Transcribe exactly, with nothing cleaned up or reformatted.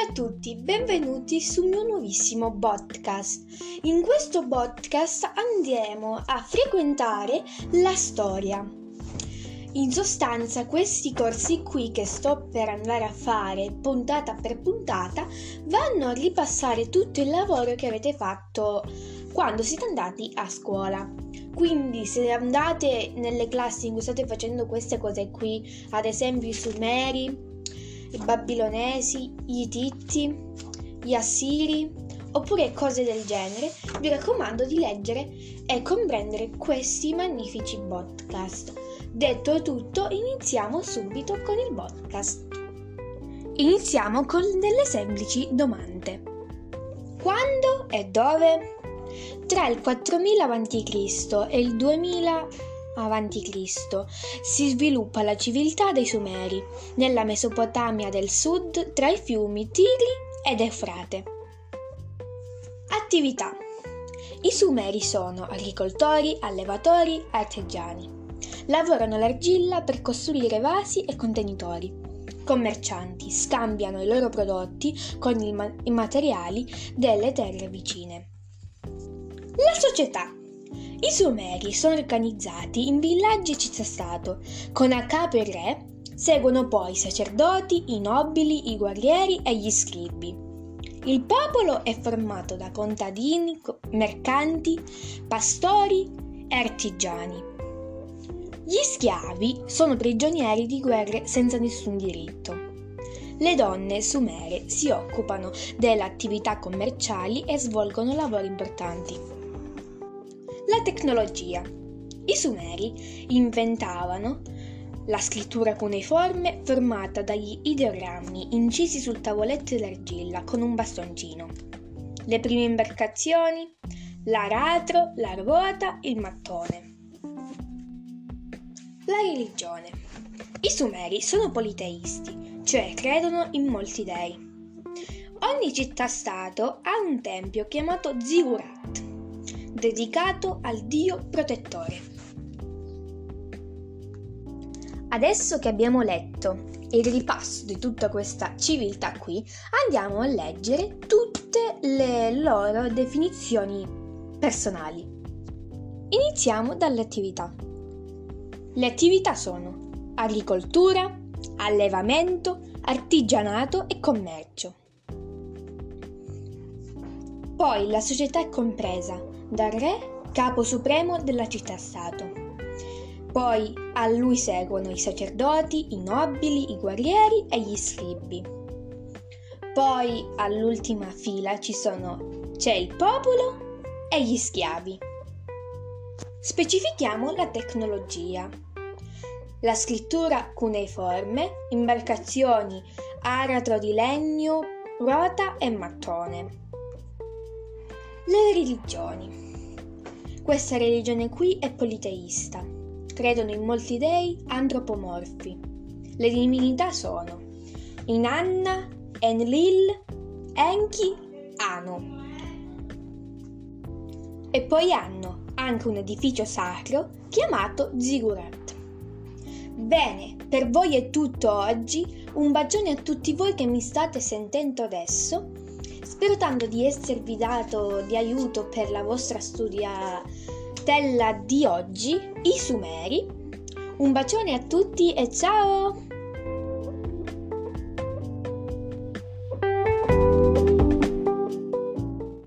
a tutti, benvenuti sul mio nuovissimo podcast. In questo podcast andremo a frequentare la storia. In sostanza, questi corsi qui che sto per andare a fare puntata per puntata vanno a ripassare tutto il lavoro che avete fatto quando siete andati a scuola. Quindi se andate nelle classi in cui state facendo queste cose qui, ad esempio i Sumeri, i Babilonesi, gli Ittiti, gli Assiri oppure cose del genere, vi raccomando di leggere e comprendere questi magnifici podcast. Detto tutto, iniziamo subito con il podcast. Iniziamo con delle semplici domande. Quando e dove? Tra il quattromila avanti Cristo e il duemila avanti Cristo si sviluppa la civiltà dei Sumeri nella Mesopotamia del sud tra i fiumi Tigri ed Eufrate. Attività. I Sumeri sono agricoltori, allevatori, artigiani. Lavorano l'argilla per costruire vasi e contenitori. Commercianti, scambiano i loro prodotti con i, ma- i materiali delle terre vicine. La società. I Sumeri sono organizzati in villaggi e città-stato, con a capo il re, seguono poi i sacerdoti, i nobili, i guerrieri e gli scribi. Il popolo è formato da contadini, mercanti, pastori e artigiani. Gli schiavi sono prigionieri di guerre senza nessun diritto. Le donne sumere si occupano delle attività commerciali e svolgono lavori importanti. La tecnologia. I Sumeri inventavano la scrittura cuneiforme formata dagli ideogrammi incisi sul tavoletto dell'argilla con un bastoncino. Le prime imbarcazioni, l'aratro, la ruota, il mattone. La religione. I Sumeri sono politeisti, cioè credono in molti dei. Ogni città-stato ha un tempio chiamato Ziggurat, dedicato al dio protettore. Adesso che abbiamo letto il ripasso di tutta questa civiltà qui, andiamo a leggere tutte le loro definizioni personali. Iniziamo dalle attività. Le attività sono agricoltura, allevamento, artigianato e commercio. Poi la società è compresa dal re, capo supremo della città-stato. Poi a lui seguono i sacerdoti, i nobili, i guerrieri e gli scribi. Poi all'ultima fila ci sono, c'è il popolo e gli schiavi. Specifichiamo la tecnologia. La scrittura cuneiforme, imbarcazioni, aratro di legno, ruota e mattone. Le religioni. Questa religione qui è politeista. Credono in molti dei antropomorfi. Le divinità sono Inanna, Enlil, Enki, Anu. E poi hanno anche un edificio sacro chiamato Ziggurat. Bene, per voi è tutto oggi. Un bacione a tutti voi che mi state sentendo adesso. Spero tanto di esservi dato di aiuto per la vostra studiatella di oggi, i Sumeri. Un bacione a tutti e ciao!